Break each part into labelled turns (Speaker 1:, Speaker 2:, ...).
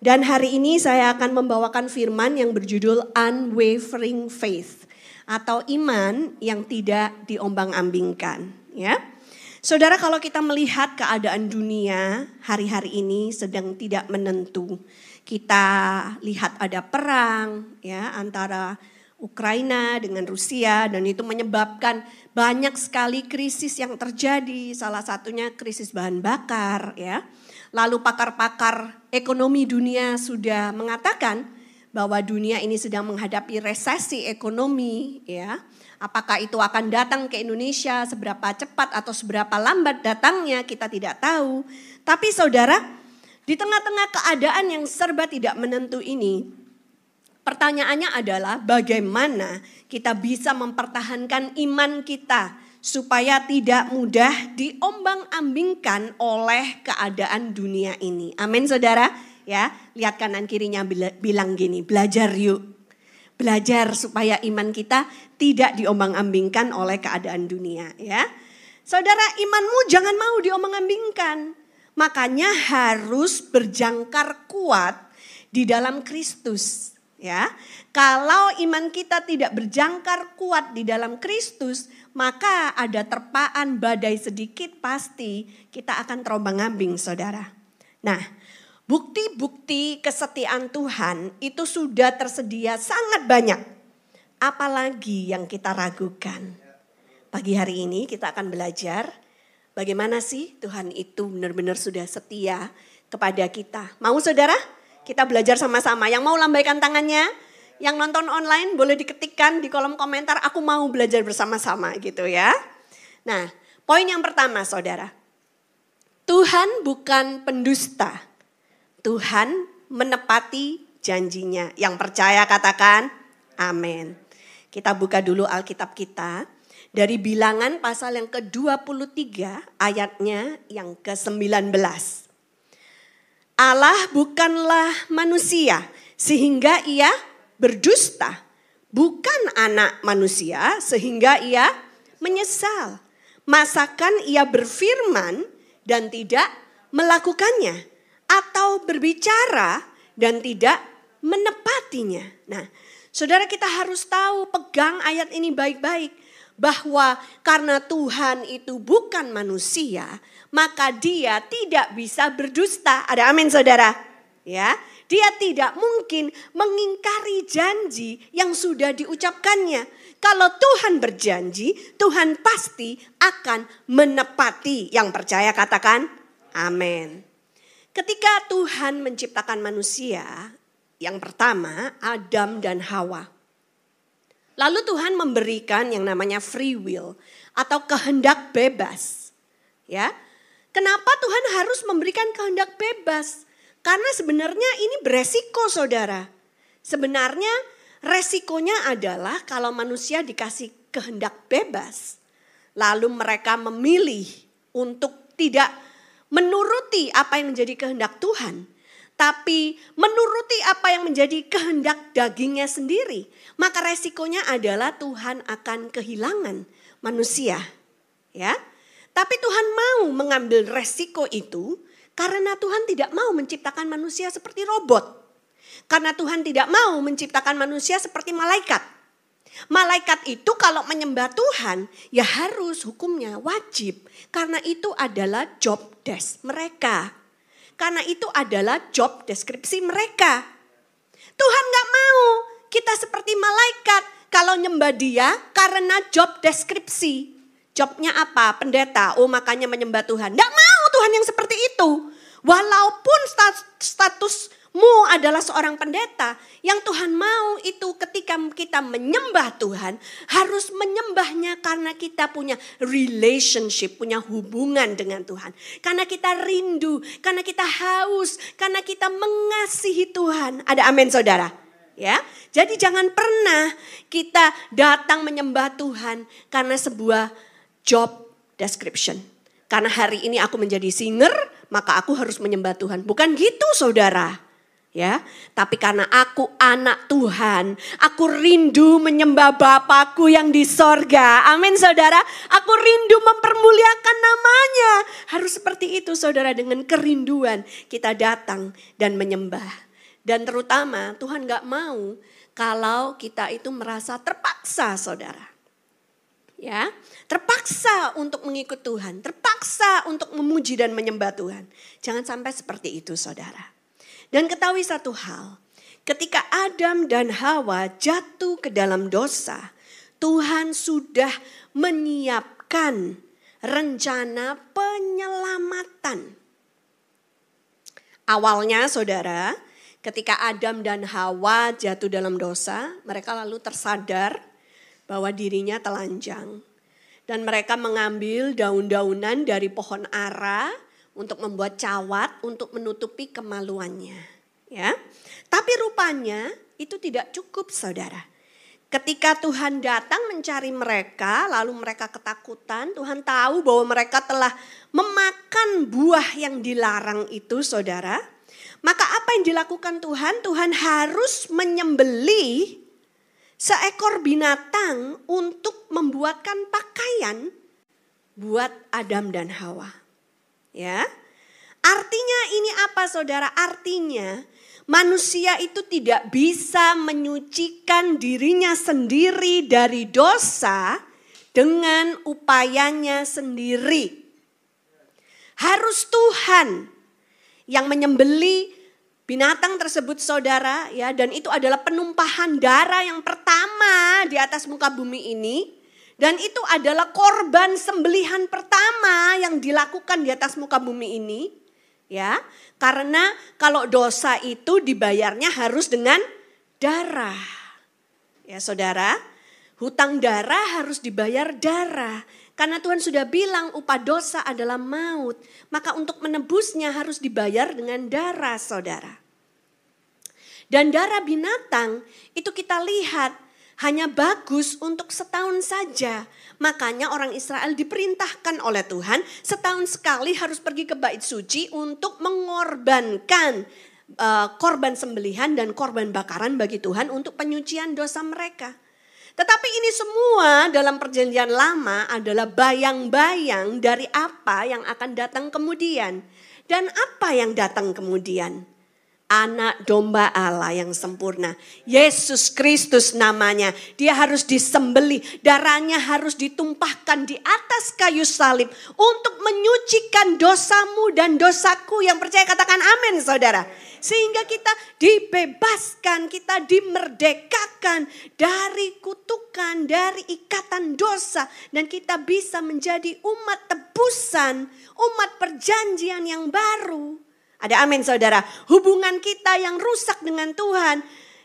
Speaker 1: Dan hari ini saya akan membawakan firman yang berjudul Unwavering Faith atau iman yang tidak diombang-ambingkan, ya. Saudara, kalau kita melihat keadaan dunia hari-hari ini sedang tidak menentu. Kita lihat ada perang ya antara Ukraina dengan Rusia dan itu menyebabkan banyak sekali krisis yang terjadi. Salah satunya krisis bahan bakar ya. Lalu pakar-pakar ekonomi dunia sudah mengatakan bahwa dunia ini sedang menghadapi resesi ekonomi ya. Apakah itu akan datang ke Indonesia seberapa cepat atau seberapa lambat datangnya kita tidak tahu. Tapi saudara, di tengah-tengah keadaan yang serba tidak menentu ini, pertanyaannya adalah bagaimana kita bisa mempertahankan iman kita supaya tidak mudah diombang-ambingkan oleh keadaan dunia ini. Amin saudara. Ya, lihat kanan kirinya bilang gini, belajar yuk. Belajar supaya iman kita tidak diombang-ambingkan oleh keadaan dunia ya. Saudara, imanmu jangan mau diombang-ambingkan. Makanya harus berjangkar kuat di dalam Kristus ya. Kalau iman kita tidak berjangkar kuat di dalam Kristus, maka ada terpaan badai sedikit pasti kita akan terombang-ambing saudara. Nah, bukti-bukti kesetiaan Tuhan itu sudah tersedia sangat banyak. Apalagi yang kita ragukan. Pagi hari ini kita akan belajar bagaimana sih Tuhan itu benar-benar sudah setia kepada kita. Mau saudara? Kita belajar sama-sama. Yang mau lambaikan tangannya, yang nonton online boleh diketikkan di kolom komentar, aku mau belajar bersama-sama gitu ya. Nah, poin yang pertama saudara. Tuhan bukan pendusta. Tuhan menepati janjinya. Yang percaya katakan amin. Kita buka dulu Alkitab kita. Dari Bilangan pasal yang ke-23 ayatnya yang ke-19. Allah bukanlah manusia sehingga ia berdusta. Bukan anak manusia sehingga ia menyesal. Masakan ia berfirman dan tidak melakukannya. Atau berbicara dan tidak menepatinya. Nah, saudara kita harus tahu, pegang ayat ini baik-baik. Bahwa karena Tuhan itu bukan manusia, maka dia tidak bisa berdusta. Ada amin saudara? Ya, dia tidak mungkin mengingkari janji yang sudah diucapkannya. Kalau Tuhan berjanji, Tuhan pasti akan menepati. Yang percaya katakan amin. Ketika Tuhan menciptakan manusia, yang pertama Adam dan Hawa. Lalu Tuhan memberikan yang namanya free will atau kehendak bebas. Ya. Kenapa Tuhan harus memberikan kehendak bebas? Karena sebenarnya ini beresiko saudara. Sebenarnya resikonya adalah kalau manusia dikasih kehendak bebas. Lalu mereka memilih untuk tidak menuruti apa yang menjadi kehendak Tuhan. Tapi menuruti apa yang menjadi kehendak dagingnya sendiri. Maka resikonya adalah Tuhan akan kehilangan manusia. Ya. Tapi Tuhan mau mengambil resiko itu karena Tuhan tidak mau menciptakan manusia seperti robot. Karena Tuhan tidak mau menciptakan manusia seperti malaikat. Malaikat itu kalau menyembah Tuhan ya harus hukumnya wajib. Karena itu adalah job desk mereka. Karena itu adalah job deskripsi mereka. Tuhan gak mau kita seperti malaikat kalau nyembah dia karena job deskripsi. Jobnya apa? Pendeta. Oh makanya menyembah Tuhan. Gak mau Tuhan yang seperti itu. Walaupun statusmu adalah seorang pendeta. Yang Tuhan mau itu ketika kita menyembah Tuhan. Harus menyembahnya karena kita punya relationship. Punya hubungan dengan Tuhan. Karena kita rindu. Karena kita haus. Karena kita mengasihi Tuhan. Ada amin saudara? Ya, jadi jangan pernah kita datang menyembah Tuhan karena sebuah job description. Karena hari ini aku menjadi singer, maka aku harus menyembah Tuhan. Bukan gitu saudara. Ya, tapi karena aku anak Tuhan, aku rindu menyembah Bapakku yang di sorga. Amin saudara. Aku rindu mempermuliakan namanya. Harus seperti itu saudara, dengan kerinduan kita datang dan menyembah. Dan terutama Tuhan gak mau kalau kita itu merasa terpaksa, saudara. Ya, terpaksa untuk mengikut Tuhan, terpaksa untuk memuji dan menyembah Tuhan. Jangan sampai seperti itu, saudara. Dan ketahui satu hal, ketika Adam dan Hawa jatuh ke dalam dosa, Tuhan sudah menyiapkan rencana penyelamatan. Awalnya, saudara, ketika Adam dan Hawa jatuh dalam dosa, mereka lalu tersadar bahwa dirinya telanjang. Dan mereka mengambil daun-daunan dari pohon ara untuk membuat cawat untuk menutupi kemaluannya. Ya, tapi rupanya itu tidak cukup, saudara. Ketika Tuhan datang mencari mereka, lalu mereka ketakutan. Tuhan tahu bahwa mereka telah memakan buah yang dilarang itu, saudara. Maka apa yang dilakukan Tuhan? Tuhan harus menyembelih seekor binatang untuk membuatkan pakaian buat Adam dan Hawa. Ya. Artinya ini apa, saudara? Artinya manusia itu tidak bisa menyucikan dirinya sendiri dari dosa dengan upayanya sendiri. Harus Tuhan yang menyembelih binatang tersebut, saudara, ya, dan itu adalah penumpahan darah yang pertama di atas muka bumi ini, dan itu adalah korban sembelihan pertama yang dilakukan di atas muka bumi ini, ya, karena kalau dosa itu dibayarnya harus dengan darah, ya, saudara, hutang darah harus dibayar darah. Karena Tuhan sudah bilang upah dosa adalah maut. Maka untuk menebusnya harus dibayar dengan darah, saudara. Dan darah binatang itu kita lihat hanya bagus untuk setahun saja. Makanya orang Israel diperintahkan oleh Tuhan setahun sekali harus pergi ke bait suci untuk mengorbankan korban sembelihan dan korban bakaran bagi Tuhan untuk penyucian dosa mereka. Tetapi ini semua dalam perjanjian lama adalah bayang-bayang dari apa yang akan datang kemudian. Dan apa yang datang kemudian? Anak domba Allah yang sempurna. Yesus Kristus namanya. Dia harus disembelih. Darahnya harus ditumpahkan di atas kayu salib. Untuk menyucikan dosamu dan dosaku. Yang percaya katakan amin, saudara. Sehingga kita dibebaskan, kita dimerdekakan dari kutukan, dari ikatan dosa. Dan kita bisa menjadi umat tebusan, umat perjanjian yang baru. Ada amin, saudara. Hubungan kita yang rusak dengan Tuhan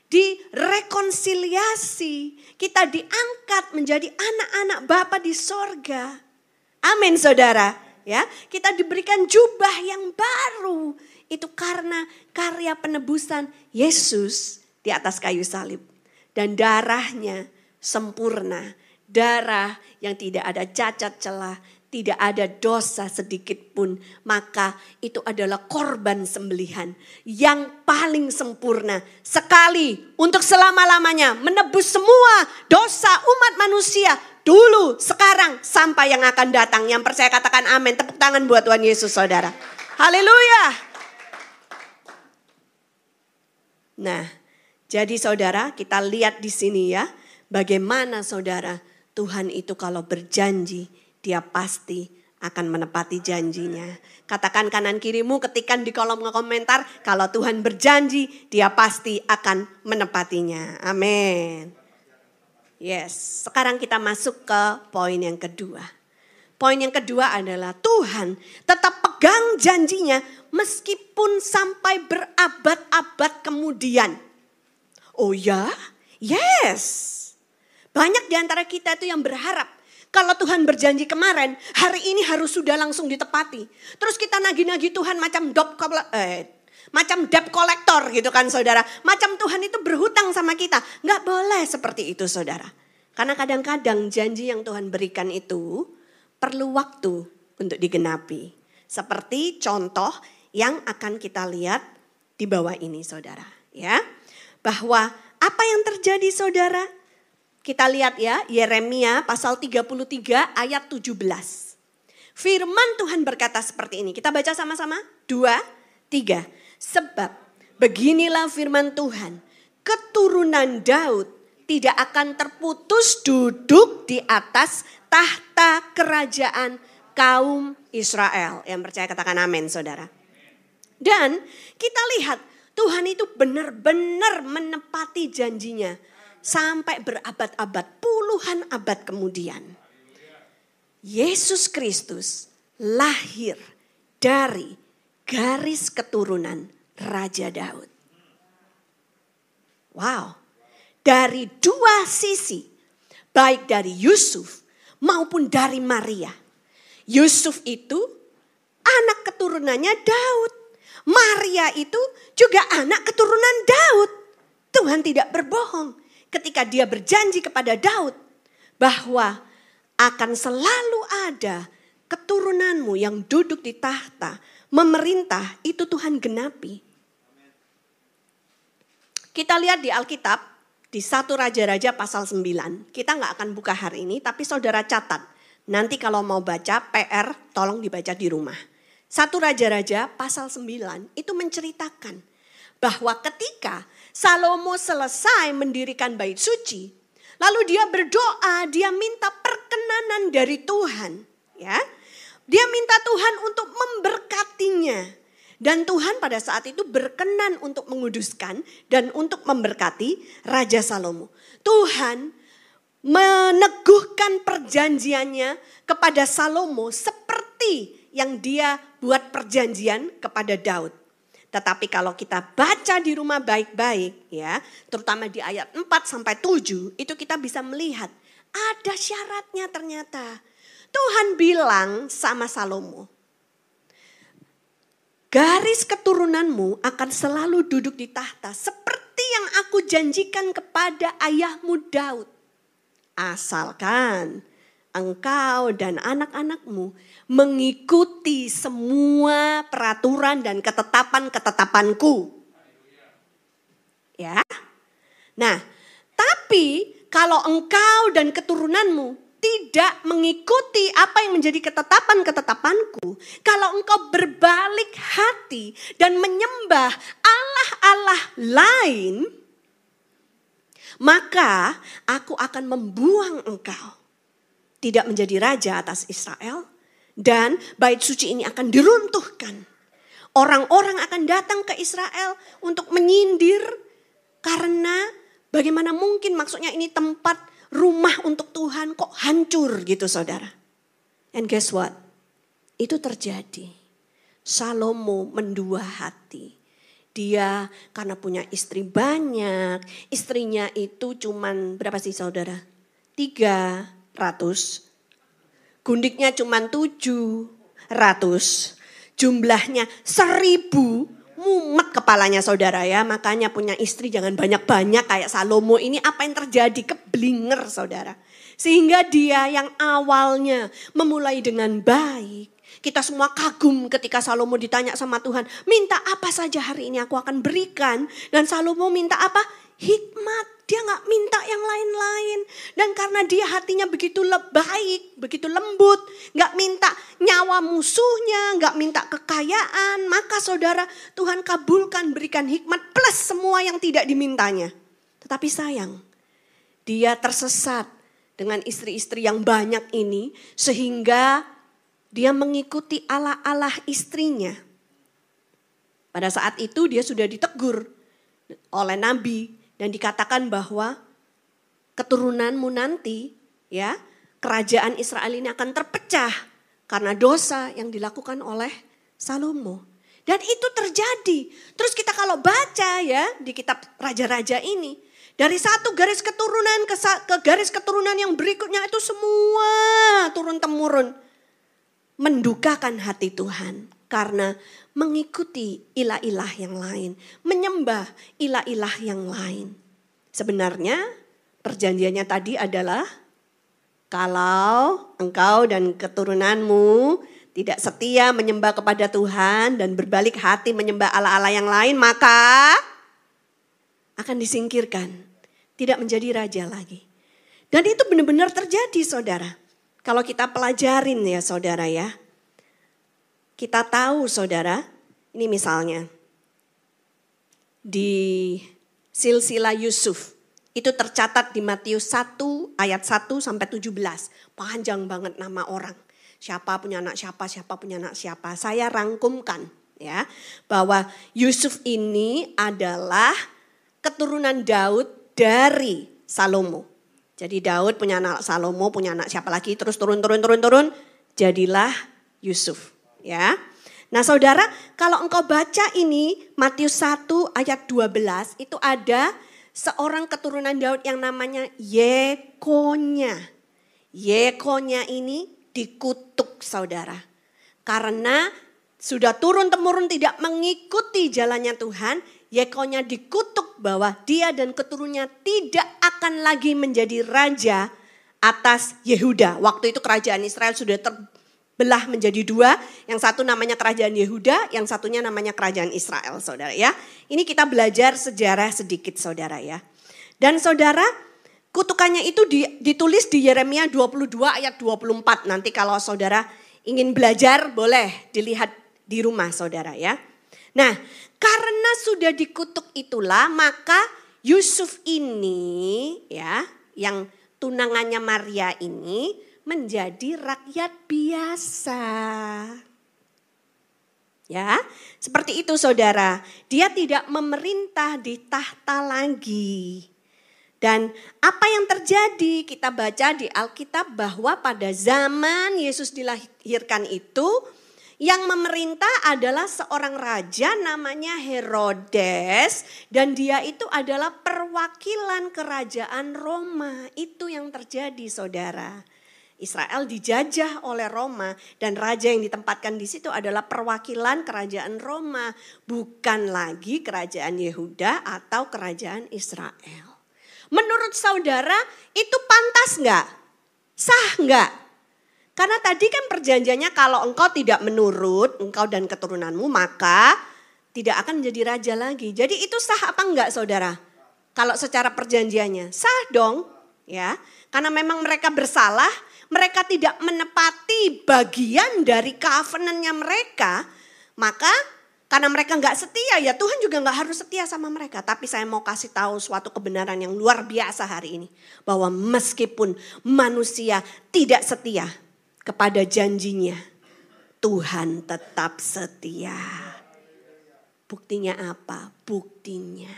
Speaker 1: direkonsiliasi. Kita diangkat menjadi anak-anak Bapa di sorga. Amin, saudara. Ya, kita diberikan jubah yang baru. Itu karena karya penebusan Yesus di atas kayu salib. Dan darahnya sempurna. Darah yang tidak ada cacat celah. Tidak ada dosa sedikit pun. Maka itu adalah korban sembelihan yang paling sempurna. Sekali untuk selama-lamanya menebus semua dosa umat manusia. Dulu, sekarang, sampai yang akan datang. Yang percaya katakan amin. Tepuk tangan buat Tuhan Yesus, saudara. Haleluya. Nah, jadi saudara, kita lihat di sini ya. Bagaimana saudara, Tuhan itu kalau berjanji, Dia pasti akan menepati janjinya. Katakan kanan kirimu, ketikan di kolom komentar. Kalau Tuhan berjanji, Dia pasti akan menepatinya. Amin. Yes, sekarang kita masuk ke poin yang kedua. Poin yang kedua adalah Tuhan tetap pegang janjinya meskipun sampai berabad-abad kemudian. Oh ya? Yes. Banyak di antara kita itu yang berharap kalau Tuhan berjanji kemarin, hari ini harus sudah langsung ditepati. Terus kita nagih-nagih Tuhan macam debt collector gitu kan, saudara. Macam Tuhan itu berhutang sama kita. Nggak boleh seperti itu, saudara. Karena kadang-kadang janji yang Tuhan berikan itu perlu waktu untuk digenapi. Seperti contoh yang akan kita lihat di bawah ini, saudara. Ya, bahwa apa yang terjadi, saudara? Kita lihat ya, Yeremia pasal 33 ayat 17. Firman Tuhan berkata seperti ini. Kita baca sama-sama. 2, 3. Sebab Beginilah firman Tuhan, keturunan Daud tidak akan terputus duduk di atas tahta kerajaan kaum Israel. Yang percaya katakan amin, saudara. Dan kita lihat Tuhan itu benar-benar menepati janjinya sampai berabad-abad, puluhan abad kemudian. Yesus Kristus lahir dari garis keturunan Raja Daud. Wow, dari dua sisi, baik dari Yusuf maupun dari Maria. Yusuf itu anak keturunannya Daud. Maria itu juga anak keturunan Daud. Tuhan tidak berbohong ketika dia berjanji kepada Daud bahwa akan selalu ada keturunanmu yang duduk di tahta memerintah, itu Tuhan genapi. Kita lihat di Alkitab, di 1 Raja-Raja pasal 9. Kita nggak akan buka hari ini, tapi saudara catat. Nanti kalau mau baca PR, tolong dibaca di rumah. 1 Raja-Raja pasal 9 itu menceritakan bahwa ketika Salomo selesai mendirikan bait suci, lalu dia berdoa, dia minta perkenanan dari Tuhan. Ya, dia minta Tuhan untuk memberkatinya. Dan Tuhan pada saat itu berkenan untuk menguduskan dan untuk memberkati Raja Salomo. Tuhan meneguhkan perjanjiannya kepada Salomo seperti yang dia buat perjanjian kepada Daud. Tetapi kalau kita baca di rumah baik-baik ya, terutama di ayat 4 sampai 7, itu kita bisa melihat ada syaratnya ternyata. Tuhan bilang sama Salomo, garis keturunanmu akan selalu duduk di tahta seperti yang aku janjikan kepada ayahmu Daud. Asalkan engkau dan anak-anakmu mengikuti semua peraturan dan ketetapan-ketetapanku. Ya. Nah, tapi kalau engkau dan keturunanmu tidak mengikuti apa yang menjadi ketetapan-ketetapanku, kalau engkau berbalik hati dan menyembah allah-allah lain, maka aku akan membuang engkau tidak menjadi raja atas Israel, dan bait suci ini akan diruntuhkan. Orang-orang akan datang ke Israel untuk menyindir karena bagaimana mungkin, maksudnya ini tempat rumah untuk Tuhan kok hancur gitu saudara. And guess what? Itu terjadi. Salomo mendua hati. Dia karena punya istri banyak. Istrinya itu cuman berapa sih saudara? 300. Gundiknya cuman 700. Jumlahnya 1000. Mumet kepalanya saudara ya. Makanya punya istri jangan banyak-banyak kayak Salomo ini. Apa yang terjadi? Keblinger saudara. Sehingga dia yang awalnya memulai dengan baik. Kita semua kagum ketika Salomo ditanya sama Tuhan. Minta apa saja hari ini aku akan berikan. Dan Salomo minta apa? Hikmat. Dia gak minta yang lain-lain. Dan karena dia hatinya begitu baik, begitu lembut. Gak minta nyawa musuhnya, gak minta kekayaan. Maka saudara, Tuhan kabulkan berikan hikmat plus semua yang tidak dimintanya. Tetapi sayang, dia tersesat dengan istri-istri yang banyak ini. Sehingga dia mengikuti allah-allah istrinya. Pada saat itu dia sudah ditegur oleh Nabi. Dan dikatakan bahwa keturunanmu nanti ya, kerajaan Israel ini akan terpecah karena dosa yang dilakukan oleh Salomo. Dan itu terjadi. Terus kita kalau baca ya di kitab raja-raja ini, dari satu garis keturunan ke garis keturunan yang berikutnya itu semua turun-temurun mendukakan hati Tuhan karena mengikuti ilah-ilah yang lain, menyembah ilah-ilah yang lain. Sebenarnya perjanjiannya tadi adalah kalau engkau dan keturunanmu tidak setia menyembah kepada Tuhan dan berbalik hati menyembah allah-allah yang lain, maka akan disingkirkan, tidak menjadi raja lagi. Dan itu benar-benar terjadi saudara. Kalau kita pelajarin ya saudara ya. Kita tahu saudara, ini misalnya. di silsilah Yusuf. Itu tercatat di Matius 1 ayat 1 sampai 17. Panjang banget nama orang. Siapa punya anak siapa, siapa punya anak siapa. Saya rangkumkan ya, bahwa Yusuf ini adalah keturunan Daud dari Salomo. Jadi Daud punya anak Salomo, punya anak siapa lagi, terus turun, jadilah Yusuf. Ya. Nah saudara, kalau engkau baca ini Matius 1 ayat 12, itu ada seorang keturunan Daud yang namanya Yekonya. Yekonya ini dikutuk saudara. Karena sudah turun-temurun tidak mengikuti jalannya Tuhan, Yekonya dikutuk bahwa dia dan keturunannya tidak akan lagi menjadi raja atas Yehuda. Waktu itu kerajaan Israel sudah terbelah menjadi dua. Yang satu namanya kerajaan Yehuda, yang satunya namanya kerajaan Israel saudara ya. Ini kita belajar sejarah sedikit saudara ya. Dan saudara, kutukannya itu ditulis di Yeremia 22 ayat 24. Nanti kalau saudara ingin belajar boleh dilihat di rumah saudara ya. Nah, karena sudah dikutuk itulah maka Yusuf ini ya, yang tunangannya Maria ini menjadi rakyat biasa. Ya, seperti itu saudara. Dia tidak memerintah di tahta lagi. Dan apa yang terjadi? Kita baca di Alkitab bahwa pada zaman Yesus dilahirkan itu yang memerintah adalah seorang raja namanya Herodes. Dan dia itu adalah perwakilan kerajaan Roma. Itu yang terjadi saudara. Israel dijajah oleh Roma dan raja yang ditempatkan di situ adalah perwakilan kerajaan Roma. Bukan lagi kerajaan Yehuda atau kerajaan Israel. Menurut saudara itu pantas enggak? Sah enggak? Karena tadi kan perjanjiannya kalau engkau tidak menurut, engkau dan keturunanmu maka tidak akan menjadi raja lagi. Jadi itu sah apa enggak saudara? Kalau secara perjanjiannya sah dong ya. Karena memang mereka bersalah, mereka tidak menepati bagian dari covenant-nya mereka. Maka karena mereka enggak setia ya Tuhan juga enggak harus setia sama mereka. Tapi saya mau kasih tahu suatu kebenaran yang luar biasa hari ini. Bahwa meskipun manusia tidak setia kepada janjinya, Tuhan tetap setia. Buktinya apa? Buktinya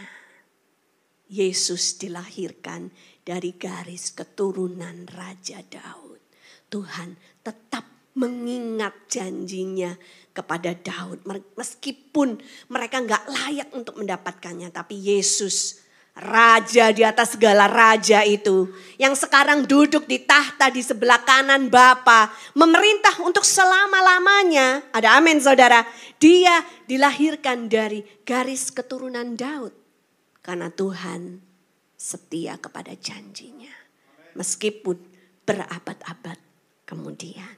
Speaker 1: Yesus dilahirkan dari garis keturunan Raja Daud. Tuhan tetap mengingat janjinya kepada Daud. Meskipun mereka gak layak untuk mendapatkannya. Tapi Yesus, Raja di atas segala raja itu, yang sekarang duduk di tahta di sebelah kanan Bapa, memerintah untuk selama-lamanya. Ada amin saudara. Dia dilahirkan dari garis keturunan Daud. Karena Tuhan setia kepada janjinya. Meskipun berabad-abad kemudian.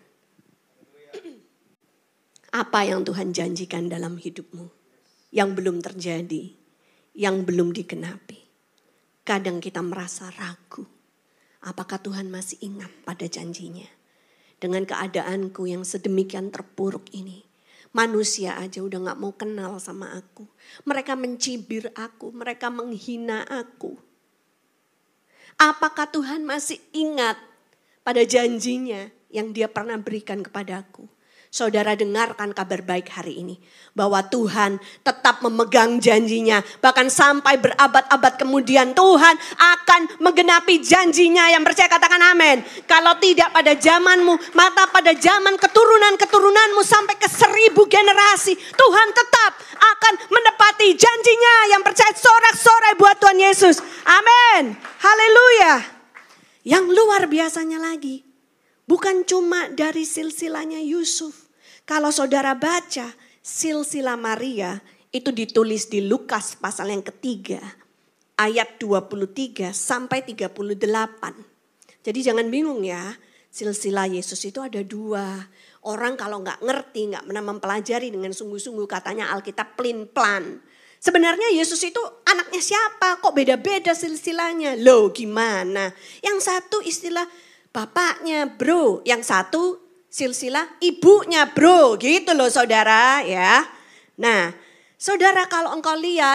Speaker 1: Apa yang Tuhan janjikan dalam hidupmu yang belum terjadi, yang belum digenapi. Kadang kita merasa ragu. Apakah Tuhan masih ingat pada janjinya? Dengan keadaanku yang sedemikian terpuruk ini. Manusia aja udah gak mau kenal sama aku. Mereka mencibir aku, mereka menghina aku. Apakah Tuhan masih ingat pada janjinya yang dia pernah berikan kepadaku? Saudara dengarkan kabar baik hari ini. Bahwa Tuhan tetap memegang janjinya. Bahkan sampai berabad-abad kemudian Tuhan akan menggenapi janjinya. Yang percaya katakan amin. Kalau tidak pada zamanmu, maka pada zaman keturunan-keturunanmu sampai ke 1000 generasi. Tuhan tetap akan menepati janjinya. Yang percaya sorak-sorai buat Tuhan Yesus. Amin. Haleluya. Yang luar biasanya lagi. Bukan cuma dari silsilahnya Yusuf. Kalau saudara baca silsilah Maria itu ditulis di Lukas pasal yang ketiga. Ayat 23 sampai 38. Jadi jangan bingung ya. Silsilah Yesus itu ada 2. Orang kalau gak ngerti, gak pernah mempelajari dengan sungguh-sungguh katanya Alkitab plin-plan. Sebenarnya Yesus itu anaknya siapa? Kok beda-beda silsilahnya? Loh gimana? Yang satu istilah bapaknya bro, yang satu silsilah ibunya bro, gitu loh saudara ya. Nah saudara kalau engkau lihat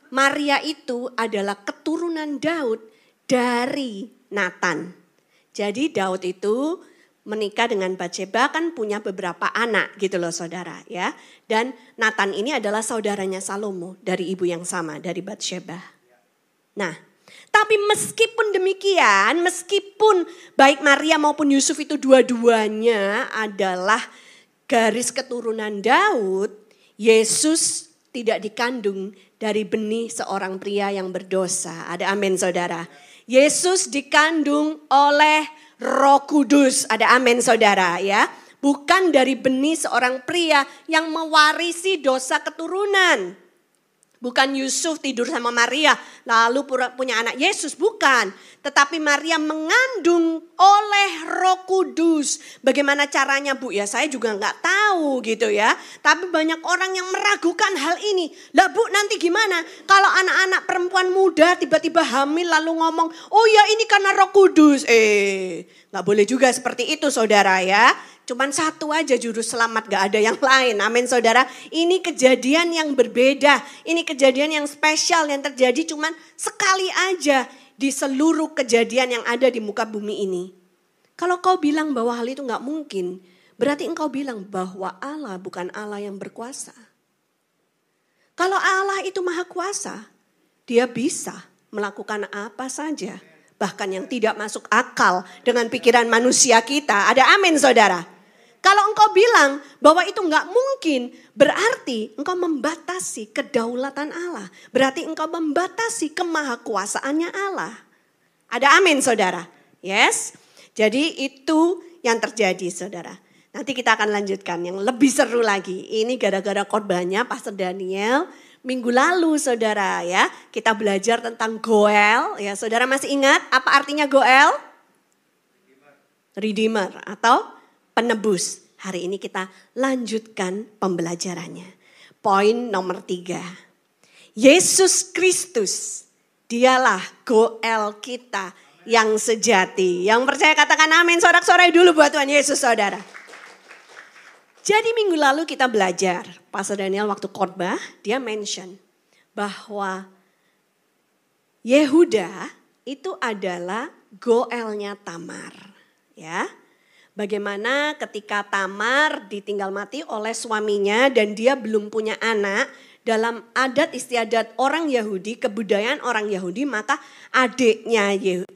Speaker 1: Maria itu adalah keturunan Daud dari Nathan. Jadi Daud itu menikah dengan Batsheba kan punya beberapa anak gitu loh saudara ya. Dan Nathan ini adalah saudaranya Salomo dari ibu yang sama, dari Batsheba. Nah, tapi meskipun demikian, meskipun baik Maria maupun Yusuf itu dua-duanya adalah garis keturunan Daud, Yesus tidak dikandung dari benih seorang pria yang berdosa. Ada amin saudara. Yesus dikandung oleh Roh Kudus. Ada amin saudara ya. Bukan dari benih seorang pria yang mewarisi dosa keturunan. Bukan Yusuf tidur sama Maria lalu punya anak Yesus, bukan. Tetapi Maria mengandung oleh Roh Kudus. Bagaimana caranya Bu? Ya saya juga nggak tahu gitu ya. Tapi banyak orang yang meragukan hal ini. Lah Bu nanti gimana? Kalau anak-anak perempuan muda tiba-tiba hamil lalu ngomong, oh ya ini karena Roh Kudus. Nggak boleh juga seperti itu saudara ya. Cuman satu aja juru selamat, gak ada yang lain. Amin saudara. Ini kejadian yang berbeda. Ini kejadian yang spesial yang terjadi cuman sekali aja di seluruh kejadian yang ada di muka bumi ini. Kalau kau bilang bahwa hal itu gak mungkin, berarti engkau bilang bahwa Allah bukan Allah yang berkuasa. Kalau Allah itu maha kuasa, dia bisa melakukan apa saja. Bahkan yang tidak masuk akal dengan pikiran manusia kita. Ada amin saudara. Kalau engkau bilang bahwa itu enggak mungkin, berarti engkau membatasi kedaulatan Allah. Berarti engkau membatasi kemahakuasaannya Allah. Ada amin saudara? Yes. Jadi itu yang terjadi saudara. Nanti kita akan lanjutkan yang lebih seru lagi. Ini gara-gara khotbahnya Pastor Daniel minggu lalu saudara ya. Kita belajar tentang Goel. Ya, saudara masih ingat apa artinya Goel? Redeemer atau penebus. Hari ini kita lanjutkan pembelajarannya. Poin nomor 3. Yesus Kristus, dialah Goel kita yang sejati. Yang percaya katakan amin. Sorak-sorai dulu buat Tuhan Yesus saudara. Jadi minggu lalu kita belajar. Pastor Daniel waktu khotbah dia mention bahwa Yehuda itu adalah Goelnya Tamar. Ya. Bagaimana ketika Tamar ditinggal mati oleh suaminya dan dia belum punya anak. Dalam adat istiadat orang Yahudi, kebudayaan orang Yahudi, maka adiknya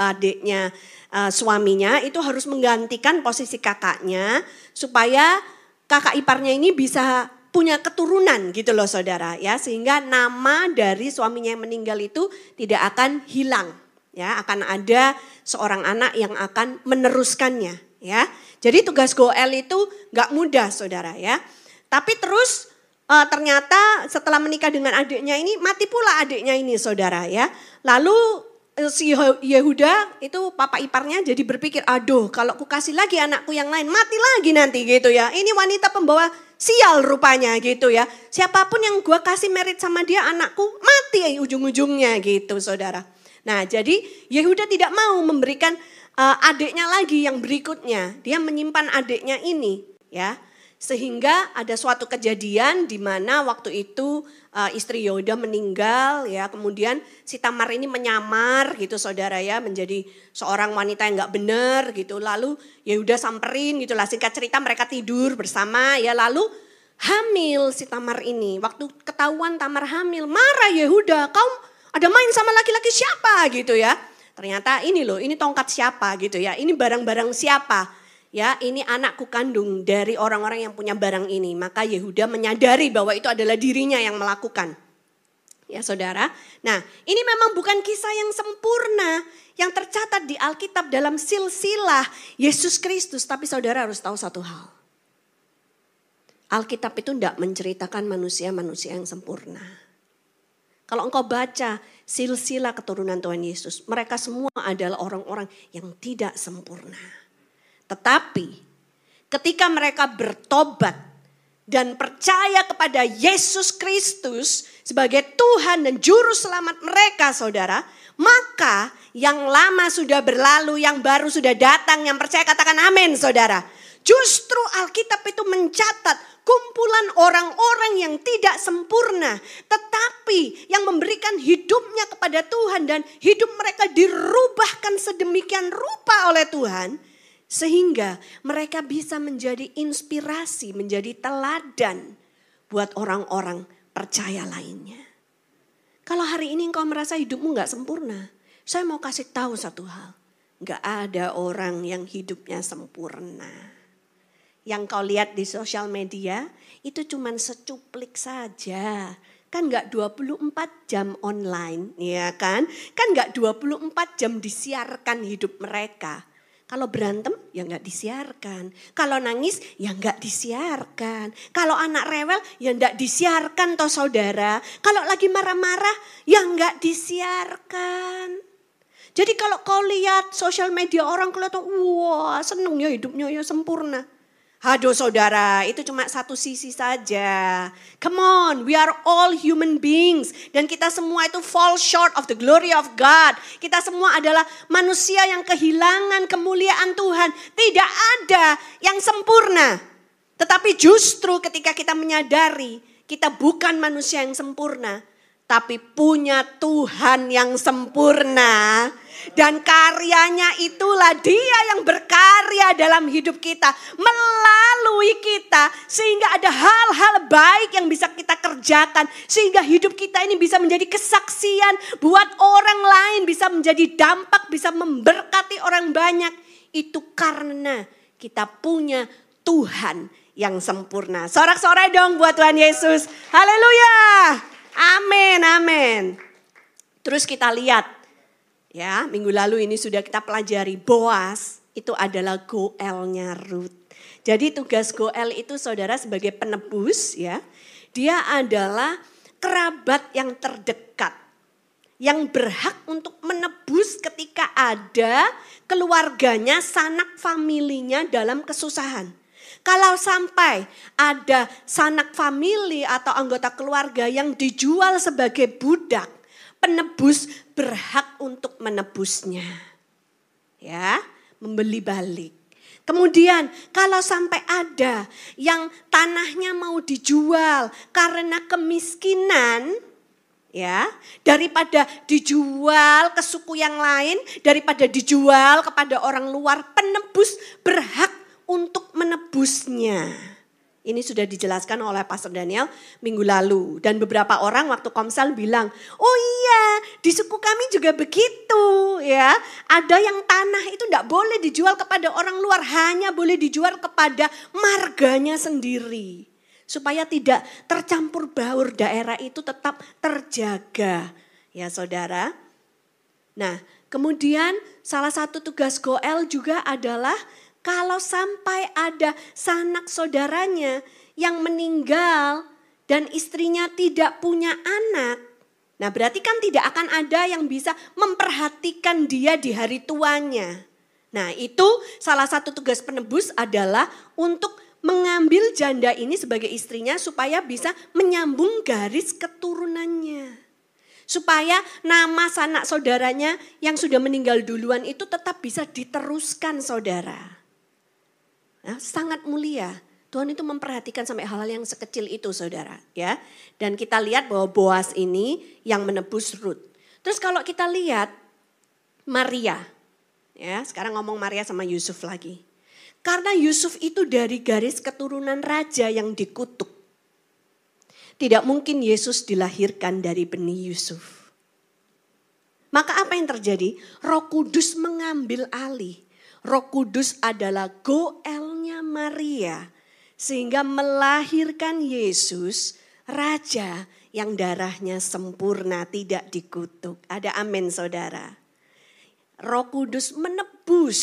Speaker 1: suaminya itu harus menggantikan posisi kakaknya. Supaya kakak iparnya ini bisa punya keturunan gitu loh saudara. Ya, sehingga nama dari suaminya yang meninggal itu tidak akan hilang. Ya, akan ada seorang anak yang akan meneruskannya. Ya, jadi tugas Goel itu gak mudah saudara ya. Tapi terus ternyata setelah menikah dengan adiknya ini mati pula adiknya ini saudara ya. Lalu si Yehuda itu papa iparnya jadi berpikir, aduh kalau ku kasih lagi anakku yang lain mati lagi nanti gitu ya. Ini wanita pembawa sial rupanya gitu ya. Siapapun yang gua kasih merit sama dia anakku mati ujung-ujungnya gitu saudara. Nah jadi Yehuda tidak mau memberikan adiknya lagi yang berikutnya. Dia menyimpan adiknya ini ya. Sehingga ada suatu kejadian di mana waktu itu istri Yehuda meninggal ya. Kemudian si Tamar ini menyamar gitu saudara ya. Menjadi seorang wanita yang gak benar gitu. Lalu Yehuda samperin gitu lah. Singkat cerita mereka tidur bersama ya. Lalu hamil si Tamar ini. Waktu ketahuan Tamar hamil marah Yehuda. Kau ada main sama laki-laki siapa gitu ya. Ternyata ini loh, ini tongkat siapa gitu ya. Ini barang-barang siapa. Ya, ini anakku kandung dari orang-orang yang punya barang ini. Maka Yehuda menyadari bahwa itu adalah dirinya yang melakukan. Ya saudara. Nah, ini memang bukan kisah yang sempurna. Yang tercatat di Alkitab dalam silsilah Yesus Kristus. Tapi saudara harus tahu satu hal. Alkitab itu tidak menceritakan manusia-manusia yang sempurna. Kalau engkau baca silsilah keturunan Tuhan Yesus, mereka semua adalah orang-orang yang tidak sempurna. Tetapi ketika mereka bertobat dan percaya kepada Yesus Kristus sebagai Tuhan dan Juru Selamat mereka saudara, maka yang lama sudah berlalu, yang baru sudah datang, yang percaya katakan amin saudara. Justru Alkitab itu mencatat kumpulan orang-orang yang tidak sempurna, tetapi yang memberikan hidupnya kepada Tuhan dan hidup mereka dirubahkan sedemikian rupa oleh Tuhan, sehingga mereka bisa menjadi inspirasi, menjadi teladan buat orang-orang percaya lainnya. Kalau hari ini engkau merasa hidupmu gak sempurna, saya mau kasih tahu satu hal. Gak ada orang yang hidupnya sempurna. Yang kau lihat di sosial media itu cuma secuplik saja. Kan gak 24 jam online, ya kan? Kan gak 24 jam disiarkan hidup mereka. Kalau berantem ya gak disiarkan. Kalau nangis ya gak disiarkan. Kalau anak rewel ya gak disiarkan toh saudara. Kalau lagi marah-marah ya gak disiarkan. Jadi kalau kau lihat sosial media orang kelihatan wah seneng ya hidupnya ya sempurna. Aduh saudara, itu cuma satu sisi saja. Come on, we are all human beings. Dan kita semua itu fall short of the glory of God. Kita semua adalah manusia yang kehilangan kemuliaan Tuhan. Tidak ada yang sempurna. Tetapi justru ketika kita menyadari kita bukan manusia yang sempurna. Tapi punya Tuhan yang sempurna. Dan karyanya itulah dia yang berkarya dalam hidup kita. Melalui kita. Sehingga ada hal-hal baik yang bisa kita kerjakan. Sehingga hidup kita ini bisa menjadi kesaksian. Buat orang lain bisa menjadi dampak. Bisa memberkati orang banyak. Itu karena kita punya Tuhan yang sempurna. Sorak-sorai dong buat Tuhan Yesus. Haleluya. Amin, amin. Terus kita lihat. Ya, minggu lalu ini sudah kita pelajari Boas itu adalah Goelnya Ruth. Jadi tugas Goel itu saudara sebagai penebus ya. Dia adalah kerabat yang terdekat. Yang berhak untuk menebus ketika ada keluarganya, sanak familinya dalam kesusahan. Kalau sampai ada sanak famili atau anggota keluarga yang dijual sebagai budak, penebus berhak untuk menebusnya. Ya, membeli balik. Kemudian kalau sampai ada yang tanahnya mau dijual karena kemiskinan, ya, daripada dijual ke suku yang lain, daripada dijual kepada orang luar, penebus berhak untuk menebusnya. Ini sudah dijelaskan oleh Pastor Daniel minggu lalu. Dan beberapa orang waktu Komsel bilang, oh iya di suku kami juga begitu ya. Ada yang tanah itu tidak boleh dijual kepada orang luar. Hanya boleh dijual kepada marganya sendiri. Supaya tidak tercampur baur, daerah itu tetap terjaga. Ya saudara. Nah kemudian salah satu tugas Goel juga adalah kalau sampai ada sanak saudaranya yang meninggal dan istrinya tidak punya anak. Nah berarti kan tidak akan ada yang bisa memperhatikan dia di hari tuanya. Nah itu salah satu tugas penebus adalah untuk mengambil janda ini sebagai istrinya supaya bisa menyambung garis keturunannya. Supaya nama sanak saudaranya yang sudah meninggal duluan itu tetap bisa diteruskan saudara. Nah, sangat mulia. Tuhan itu memperhatikan sampai hal-hal yang sekecil itu saudara. Ya. Dan kita lihat bahwa Boas ini yang menebus Ruth. Terus kalau kita lihat Maria. Ya, sekarang ngomong Maria sama Yusuf lagi. Karena Yusuf itu dari garis keturunan raja yang dikutuk. Tidak mungkin Yesus dilahirkan dari benih Yusuf. Maka apa yang terjadi? Roh Kudus mengambil alih. Roh Kudus adalah Goelnya Maria. Sehingga melahirkan Yesus, Raja yang darahnya sempurna, tidak dikutuk. Ada amin saudara. Roh Kudus menebus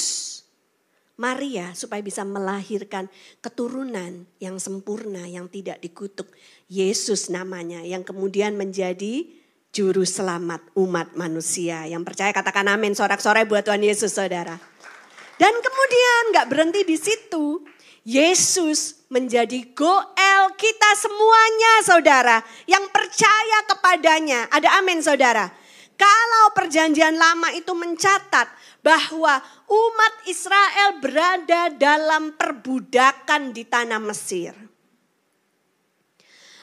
Speaker 1: Maria supaya bisa melahirkan keturunan yang sempurna, yang tidak dikutuk. Yesus namanya yang kemudian menjadi juru selamat umat manusia. Yang percaya katakan amin, sorak-sorai buat Tuhan Yesus saudara. Dan kemudian gak berhenti di situ. Yesus menjadi Goel kita semuanya saudara. Yang percaya kepadanya. Ada amin saudara. Kalau perjanjian lama itu mencatat bahwa umat Israel berada dalam perbudakan di tanah Mesir.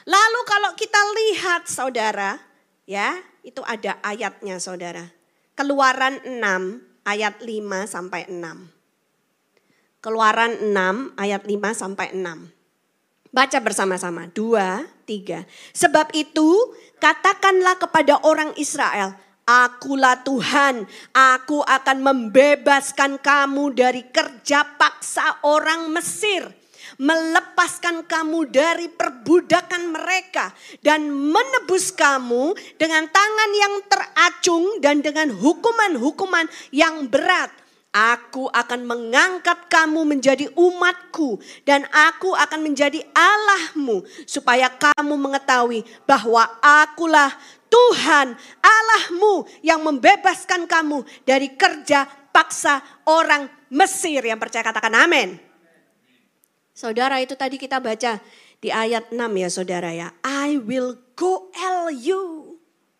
Speaker 1: Lalu kalau kita lihat saudara, ya itu ada ayatnya saudara. Keluaran 6 ayat 5 sampai 6. Keluaran 6 ayat 5 sampai 6. Baca bersama-sama, 2, 3. Sebab itu katakanlah kepada orang Israel, Akulah Tuhan, aku akan membebaskan kamu dari kerja paksa orang Mesir. Melepaskan kamu dari perbudakan mereka dan menebus kamu dengan tangan yang teracung dan dengan hukuman-hukuman yang berat. Aku akan mengangkat kamu menjadi umatku dan aku akan menjadi Allahmu supaya kamu mengetahui bahwa akulah Tuhan Allahmu yang membebaskan kamu dari kerja paksa orang Mesir. Yang percaya katakan amin. Saudara, itu tadi kita baca di ayat 6 ya saudara ya. I will goel you.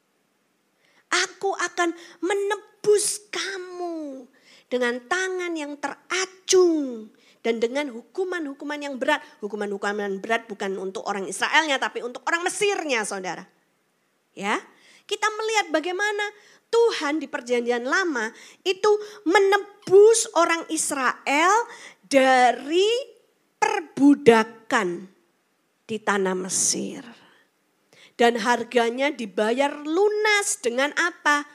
Speaker 1: Aku akan menebus kamu dengan tangan yang teracung dan dengan hukuman-hukuman yang berat. Hukuman-hukuman berat bukan untuk orang Israelnya tapi untuk orang Mesirnya saudara. Ya, kita melihat bagaimana Tuhan di perjanjian lama itu menebus orang Israel dari perbudakan di tanah Mesir. Dan harganya dibayar lunas dengan apa?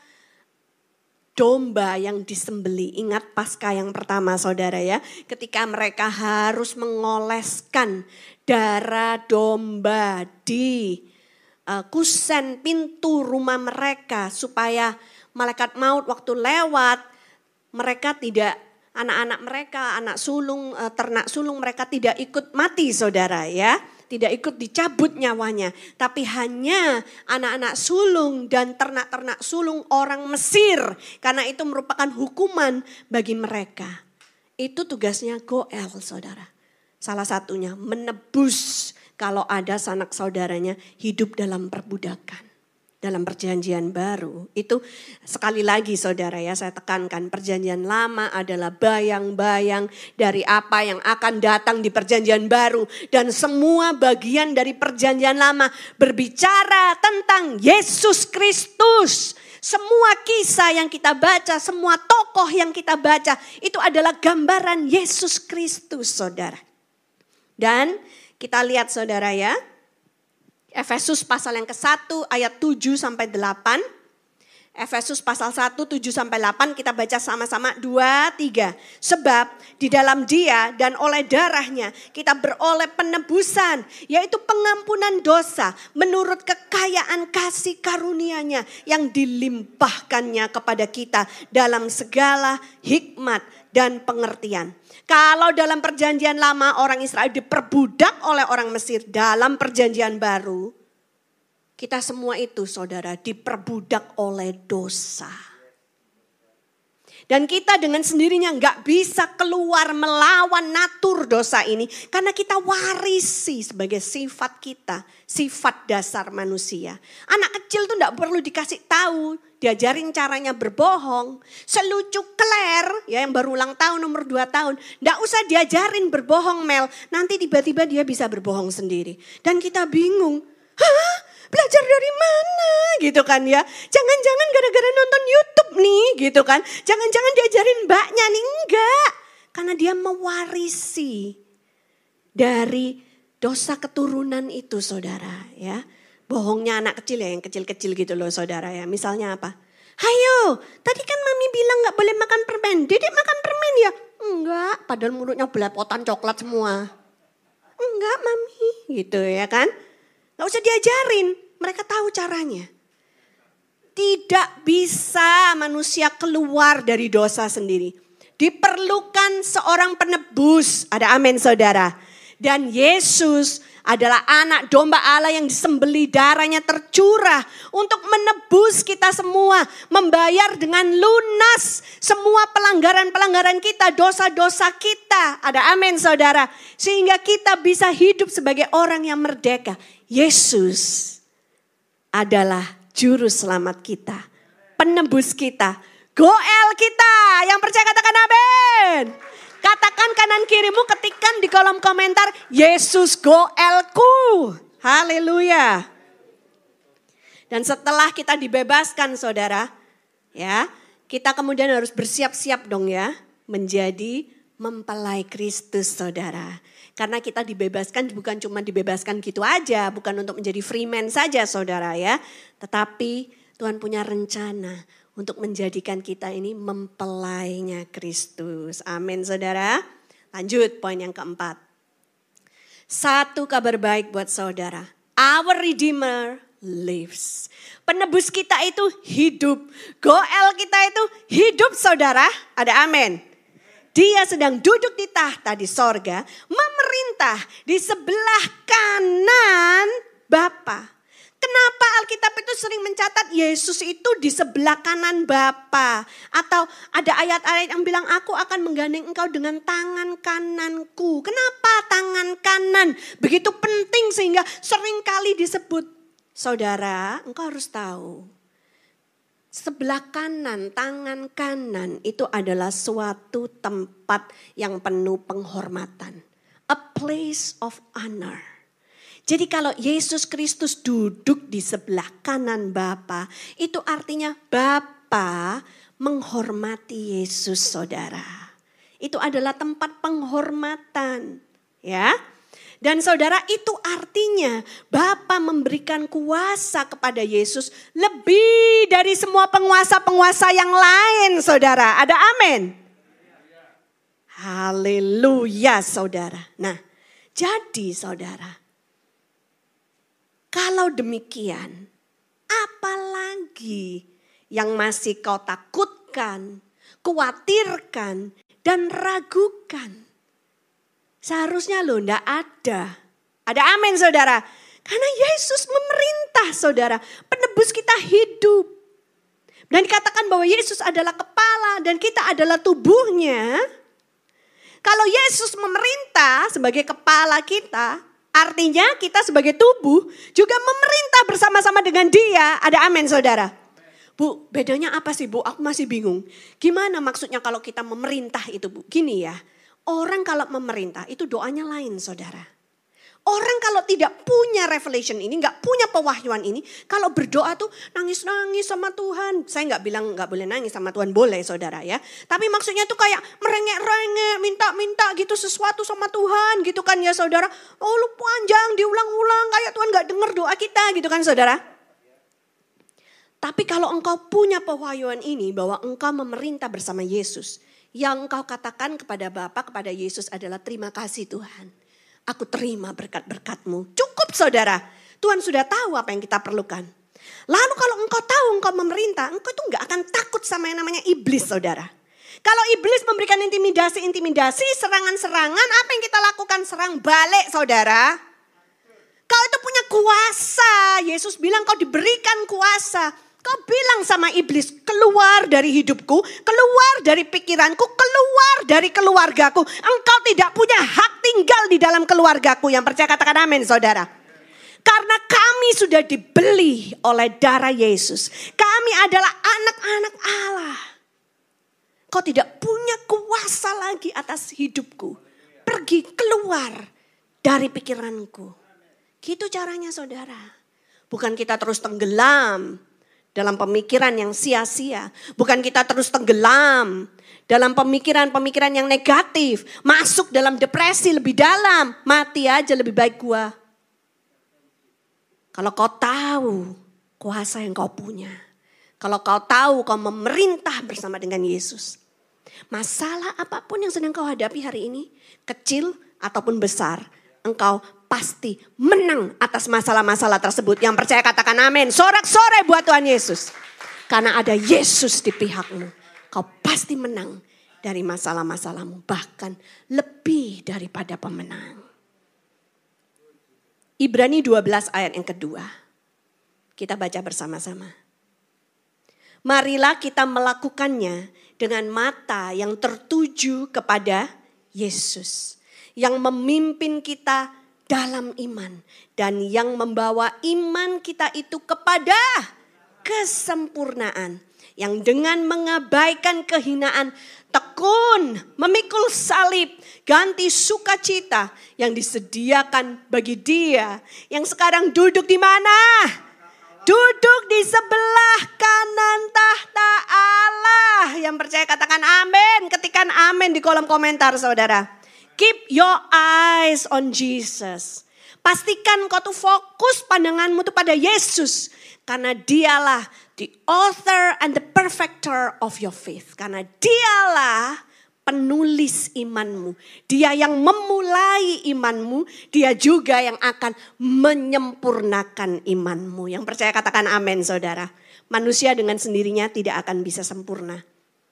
Speaker 1: Domba yang disembeli. Ingat Paskah yang pertama saudara ya. Ketika mereka harus mengoleskan darah domba di kusen pintu rumah mereka. Supaya malaikat maut waktu lewat mereka tidak, anak-anak mereka, anak sulung, ternak sulung mereka tidak ikut mati saudara ya. Tidak ikut dicabut nyawanya. Tapi hanya anak-anak sulung dan ternak-ternak sulung orang Mesir. Karena itu merupakan hukuman bagi mereka. Itu tugasnya goel saudara. Salah satunya menebus kalau ada sanak saudaranya hidup dalam perbudakan. Dalam perjanjian baru itu sekali lagi saudara ya saya tekankan perjanjian lama adalah bayang-bayang dari apa yang akan datang di perjanjian baru. Dan semua bagian dari perjanjian lama berbicara tentang Yesus Kristus. Semua kisah yang kita baca, semua tokoh yang kita baca itu adalah gambaran Yesus Kristus saudara. Dan kita lihat saudara ya. Efesus pasal yang ke-1 ayat 7 sampai 8. Efesus pasal 1 7 sampai 8 kita baca sama-sama 2 3. Sebab di dalam Dia dan oleh darahnya kita beroleh penebusan, yaitu pengampunan dosa menurut kekayaan kasih karunia-Nya yang dilimpahkannya kepada kita dalam segala hikmat dan pengertian. Kalau dalam perjanjian lama orang Israel diperbudak oleh orang Mesir, dalam perjanjian baru kita semua itu saudara diperbudak oleh dosa. Dan kita dengan sendirinya gak bisa keluar melawan natur dosa ini. Karena kita warisi sebagai sifat kita, sifat dasar manusia. Anak kecil tuh gak perlu dikasih tahu, diajarin caranya berbohong. Selucu Claire ya yang baru ulang tahun umur 2 tahun. Gak usah diajarin berbohong Mel, nanti tiba-tiba dia bisa berbohong sendiri. Dan kita bingung, hah? Belajar dari mana gitu kan ya. Jangan-jangan gara-gara nonton YouTube nih gitu kan. Jangan-jangan diajarin mbaknya nih. Enggak. Karena dia mewarisi dari dosa keturunan itu saudara ya. Bohongnya anak kecil ya yang kecil-kecil gitu loh saudara ya. Misalnya apa? Hayo tadi kan mami bilang gak boleh makan permen. Dedek makan permen ya? Enggak. Padahal mulutnya belepotan coklat semua. Enggak mami gitu ya kan. Gak usah diajarin, mereka tahu caranya. Tidak bisa manusia keluar dari dosa sendiri. Diperlukan seorang penebus, ada amin saudara. Dan Yesus adalah anak domba Allah yang disembelih, darahnya tercurah untuk menebus kita semua. Membayar dengan lunas semua pelanggaran-pelanggaran kita, dosa-dosa kita. Ada amin saudara. Sehingga kita bisa hidup sebagai orang yang merdeka. Yesus adalah juru selamat kita, penebus kita, goel kita. Yang percaya katakan amin. Katakan kanan kirimu, ketikkan di kolom komentar, Yesus goelku. Haleluya. Dan setelah kita dibebaskan saudara, ya, kita kemudian harus bersiap-siap dong ya, menjadi mempelai Kristus saudara. Karena kita dibebaskan bukan cuma dibebaskan gitu aja, bukan untuk menjadi freeman saja saudara ya. Tetapi Tuhan punya rencana untuk menjadikan kita ini mempelainya Kristus. Amin saudara. Lanjut poin yang keempat. Satu kabar baik buat saudara. Our Redeemer lives. Penebus kita itu hidup. Goel kita itu hidup saudara. Ada amin. Dia sedang duduk di tahta di sorga. Memerintah di sebelah kanan Bapa. Kenapa Alkitab itu sering mencatat Yesus itu di sebelah kanan Bapa? Atau ada ayat-ayat yang bilang aku akan menggandeng engkau dengan tangan kananku. Kenapa tangan kanan? Begitu penting sehingga sering kali disebut. Saudara, engkau harus tahu. Sebelah kanan, tangan kanan itu adalah suatu tempat yang penuh penghormatan. A place of honor. Jadi kalau Yesus Kristus duduk di sebelah kanan Bapa, itu artinya Bapa menghormati Yesus saudara. Itu adalah tempat penghormatan. Ya. Dan saudara itu artinya Bapa memberikan kuasa kepada Yesus lebih dari semua penguasa-penguasa yang lain saudara. Ada amin? Haleluya saudara. Nah jadi saudara. Kalau demikian apalagi yang masih kau takutkan, khawatirkan dan ragukan. Seharusnya loh enggak ada. Ada amin saudara. Karena Yesus memerintah saudara. Penebus kita hidup. Dan dikatakan bahwa Yesus adalah kepala dan kita adalah tubuhnya. Kalau Yesus memerintah sebagai kepala kita. Artinya kita sebagai tubuh juga memerintah bersama-sama dengan dia. Ada amin saudara. Bu, bedanya apa sih bu? Aku masih bingung. Gimana maksudnya kalau kita memerintah itu bu? Gini ya. Orang kalau memerintah itu doanya lain saudara. Orang kalau tidak punya revelation ini, gak punya pewahyuan ini. Kalau berdoa tuh nangis-nangis sama Tuhan. Saya gak bilang gak boleh nangis sama Tuhan, boleh saudara ya. Tapi maksudnya tuh kayak merengek-rengek, minta-minta gitu sesuatu sama Tuhan gitu kan ya saudara. Oh lu panjang diulang-ulang kayak Tuhan gak dengar doa kita gitu kan saudara. Tapi kalau engkau punya pewahyuan ini bahwa engkau memerintah bersama Yesus. Yang engkau katakan kepada Bapa, kepada Yesus adalah terima kasih Tuhan. Aku terima berkat-berkat-Mu. Cukup saudara. Tuhan sudah tahu apa yang kita perlukan. Lalu kalau engkau tahu engkau memerintah, engkau itu gak akan takut sama yang namanya iblis saudara. Kalau iblis memberikan intimidasi, serangan-serangan, apa yang kita lakukan? Serang balik saudara. Kau itu punya kuasa. Yesus bilang kau diberikan kuasa. Kau bilang sama iblis, keluar dari hidupku, keluar dari pikiranku, keluar dari keluargaku. Engkau tidak punya hak tinggal di dalam keluargaku. Yang percaya katakan amin saudara. Karena kami sudah dibeli oleh darah Yesus. Kami adalah anak-anak Allah. Kau tidak punya kuasa lagi atas hidupku. Pergi keluar dari pikiranku. Gitu caranya saudara. Bukan kita terus tenggelam dalam pemikiran yang sia-sia. Bukan kita terus tenggelam dalam pemikiran-pemikiran yang negatif. Masuk dalam depresi lebih dalam. Mati aja lebih baik gua. Kalau kau tahu kuasa yang kau punya. Kalau kau tahu kau memerintah bersama dengan Yesus. Masalah apapun yang sedang kau hadapi hari ini. Kecil ataupun besar. Engkau pasti menang atas masalah-masalah tersebut. Yang percaya katakan amin. Sorak-sorai buat Tuhan Yesus. Karena ada Yesus di pihakmu. Kau pasti menang dari masalah-masalahmu. Bahkan lebih daripada pemenang. Ibrani 12 ayat yang kedua. Kita baca bersama-sama. Marilah kita melakukannya dengan mata yang tertuju kepada Yesus. Yang memimpin kita dalam iman. Dan yang membawa iman kita itu kepada kesempurnaan. Yang dengan mengabaikan kehinaan tekun tekun, memikul salib, ganti sukacita yang disediakan bagi dia yang sekarang duduk di mana? Duduk di sebelah kanan tahta Allah. Yang percaya katakan amin. Ketikan amin di kolom komentar saudara. Keep your eyes on Jesus. Pastikan kau tuh fokus pandanganmu tuh pada Yesus. Karena dialah the author and the perfecter of your faith. Karena dialah penulis imanmu. Dia yang memulai imanmu. Dia juga yang akan menyempurnakan imanmu. Yang percaya katakan amin saudara. Manusia dengan sendirinya tidak akan bisa sempurna.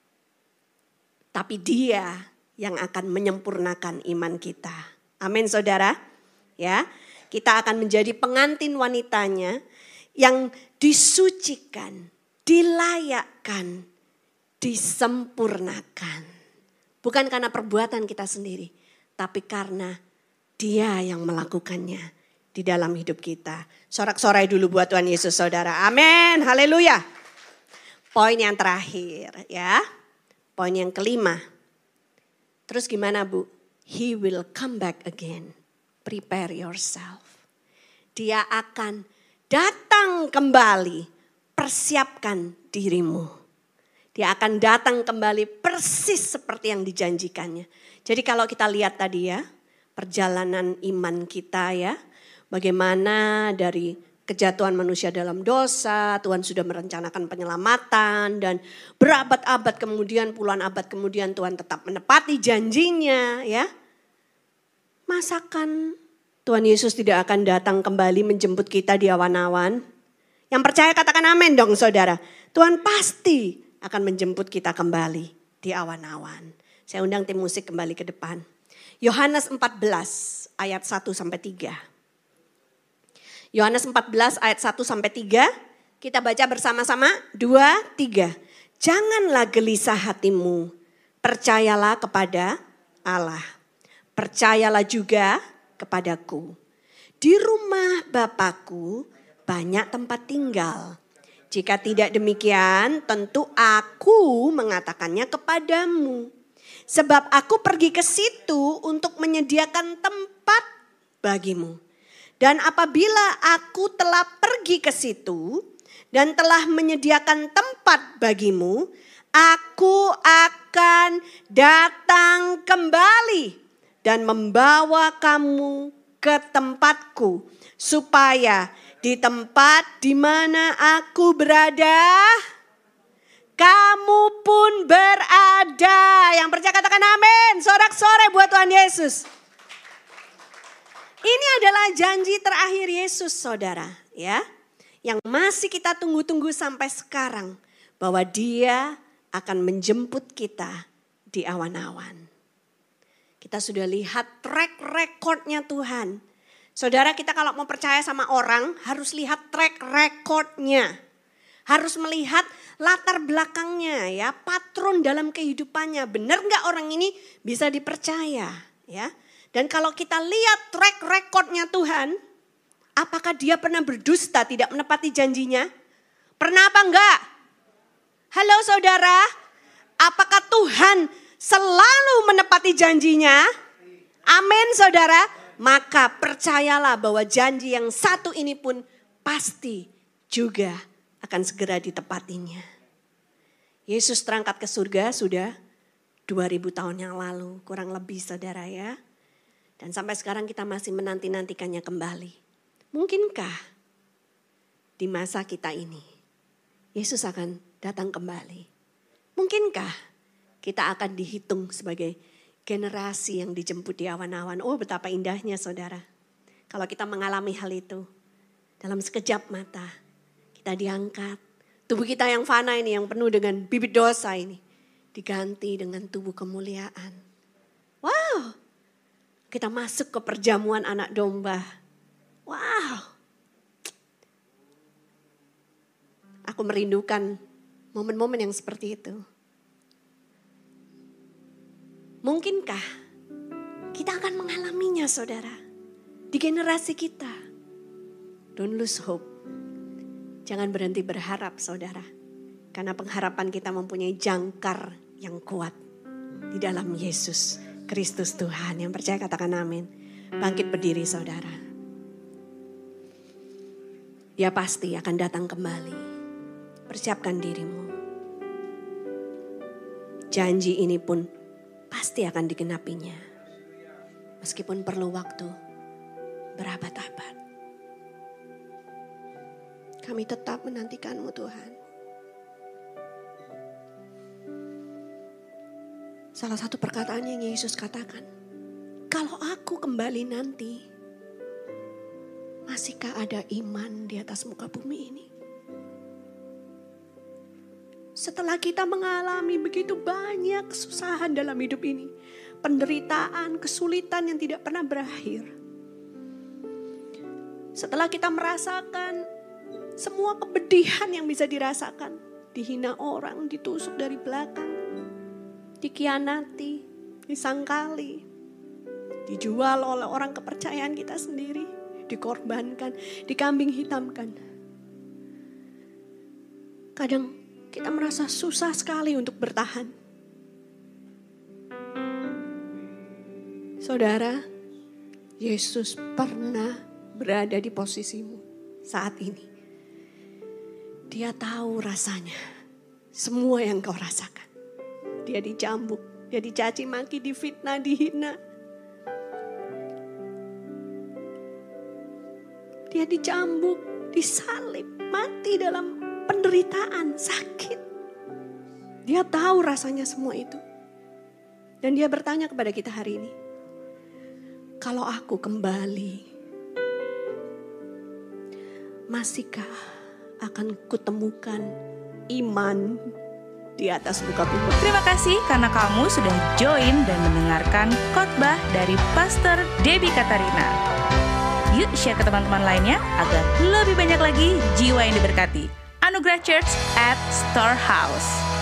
Speaker 1: Tapi dia yang akan menyempurnakan iman kita. Amin saudara. Ya, kita akan menjadi pengantin wanitanya yang disucikan, dilayakkan, disempurnakan. Bukan karena perbuatan kita sendiri, tapi karena Dia yang melakukannya di dalam hidup kita. Sorak-sorai dulu buat Tuhan Yesus saudara. Amin, haleluya. Poin yang terakhir ya, poin yang kelima. Terus gimana Bu? He will come back again. Prepare yourself. Dia akan datang kembali. Persiapkan dirimu. Dia akan datang kembali persis seperti yang dijanjikannya. Jadi kalau kita lihat tadi ya, perjalanan iman kita ya. Bagaimana dari kejatuhan manusia dalam dosa, Tuhan sudah merencanakan penyelamatan. Dan berabad-abad kemudian, puluhan abad kemudian Tuhan tetap menepati janjinya ya. Masakan Tuhan Yesus tidak akan datang kembali menjemput kita di awan-awan? Yang percaya katakan amin dong saudara. Tuhan pasti akan menjemput kita kembali di awan-awan. Saya undang tim musik kembali ke depan. Yohanes 14 ayat 1 sampai 3. Yohanes 14 ayat 1 sampai 3. Kita baca bersama-sama 2, 3. Janganlah gelisah hatimu. Percayalah kepada Allah. Percayalah juga kepadaku. Di rumah Bapakku banyak tempat tinggal. Jika tidak demikian, tentu aku mengatakannya kepadamu. Sebab aku pergi ke situ untuk menyediakan tempat bagimu. Dan apabila aku telah pergi ke situ dan telah menyediakan tempat bagimu, aku akan datang kembali dan membawa kamu ke tempatku, supaya di tempat di mana aku berada, kamu pun berada. Yang percaya katakan amin. Sorak-sorai buat Tuhan Yesus. Ini adalah janji terakhir Yesus saudara ya. Yang masih kita tunggu-tunggu sampai sekarang. Bahwa Dia akan menjemput kita di awan-awan. Kita sudah lihat track recordnya Tuhan. Saudara, kita kalau mau percaya sama orang harus lihat track recordnya. Harus melihat latar belakangnya ya, patron dalam kehidupannya. Benar gak orang ini bisa dipercaya ya. Dan kalau kita lihat track recordnya Tuhan, apakah Dia pernah berdusta tidak menepati janjinya? Pernah apa enggak? Halo saudara, apakah Tuhan selalu menepati janjinya? Amin saudara. Maka percayalah bahwa janji yang satu ini pun pasti juga akan segera ditepatinya. Yesus terangkat ke surga sudah 2000 tahun yang lalu. Kurang lebih saudara ya. Dan sampai sekarang kita masih menanti-nantikannya kembali. Mungkinkah di masa kita ini Yesus akan datang kembali? Mungkinkah kita akan dihitung sebagai generasi yang dijemput di awan-awan? Oh betapa indahnya saudara. Kalau kita mengalami hal itu. Dalam sekejap mata kita diangkat. Tubuh kita yang fana ini, yang penuh dengan bibit dosa ini. Diganti dengan tubuh kemuliaan. Wow. Kita masuk ke perjamuan anak domba. Wow. Aku merindukan momen-momen yang seperti itu. Mungkinkah kita akan mengalaminya saudara. Di generasi kita. Don't lose hope. Jangan berhenti berharap saudara. Karena pengharapan kita mempunyai jangkar yang kuat. di dalam Yesus Kristus Tuhan. Yang percaya katakan amin. Bangkit berdiri saudara. Dia pasti akan datang kembali. Persiapkan dirimu. Janji ini pun pasti akan digenapinya. Meskipun perlu waktu berabad-abad. Kami tetap menantikan-Mu Tuhan. Salah satu perkataan yang Yesus katakan, kalau aku kembali nanti, masihkah ada iman di atas muka bumi ini? Setelah kita mengalami begitu banyak kesusahan dalam hidup ini, penderitaan, kesulitan yang tidak pernah berakhir. Setelah kita merasakan semua kepedihan yang bisa dirasakan, dihina orang, ditusuk dari belakang, dikhianati, disangkali, dijual oleh orang kepercayaan kita sendiri, dikorbankan, dikambing hitamkan. Kadang kita merasa susah sekali untuk bertahan. Saudara, Yesus pernah berada di posisimu saat ini. Dia tahu rasanya semua yang kau rasakan. Dia dicambuk, dia dicaci maki, difitnah, dihina. Dia dicambuk, disalib, mati dalam penderitaan, sakit. Dia tahu rasanya semua itu. Dan dia bertanya kepada kita hari ini, kalau aku kembali, masihkah akan kutemukan iman di atas muka bumi?
Speaker 2: Terima kasih karena kamu sudah join dan mendengarkan khotbah dari Pastor Debbie Katarina. Yuk share ke teman-teman lainnya agar lebih banyak lagi jiwa yang diberkati. Anugerah Church at Storehouse.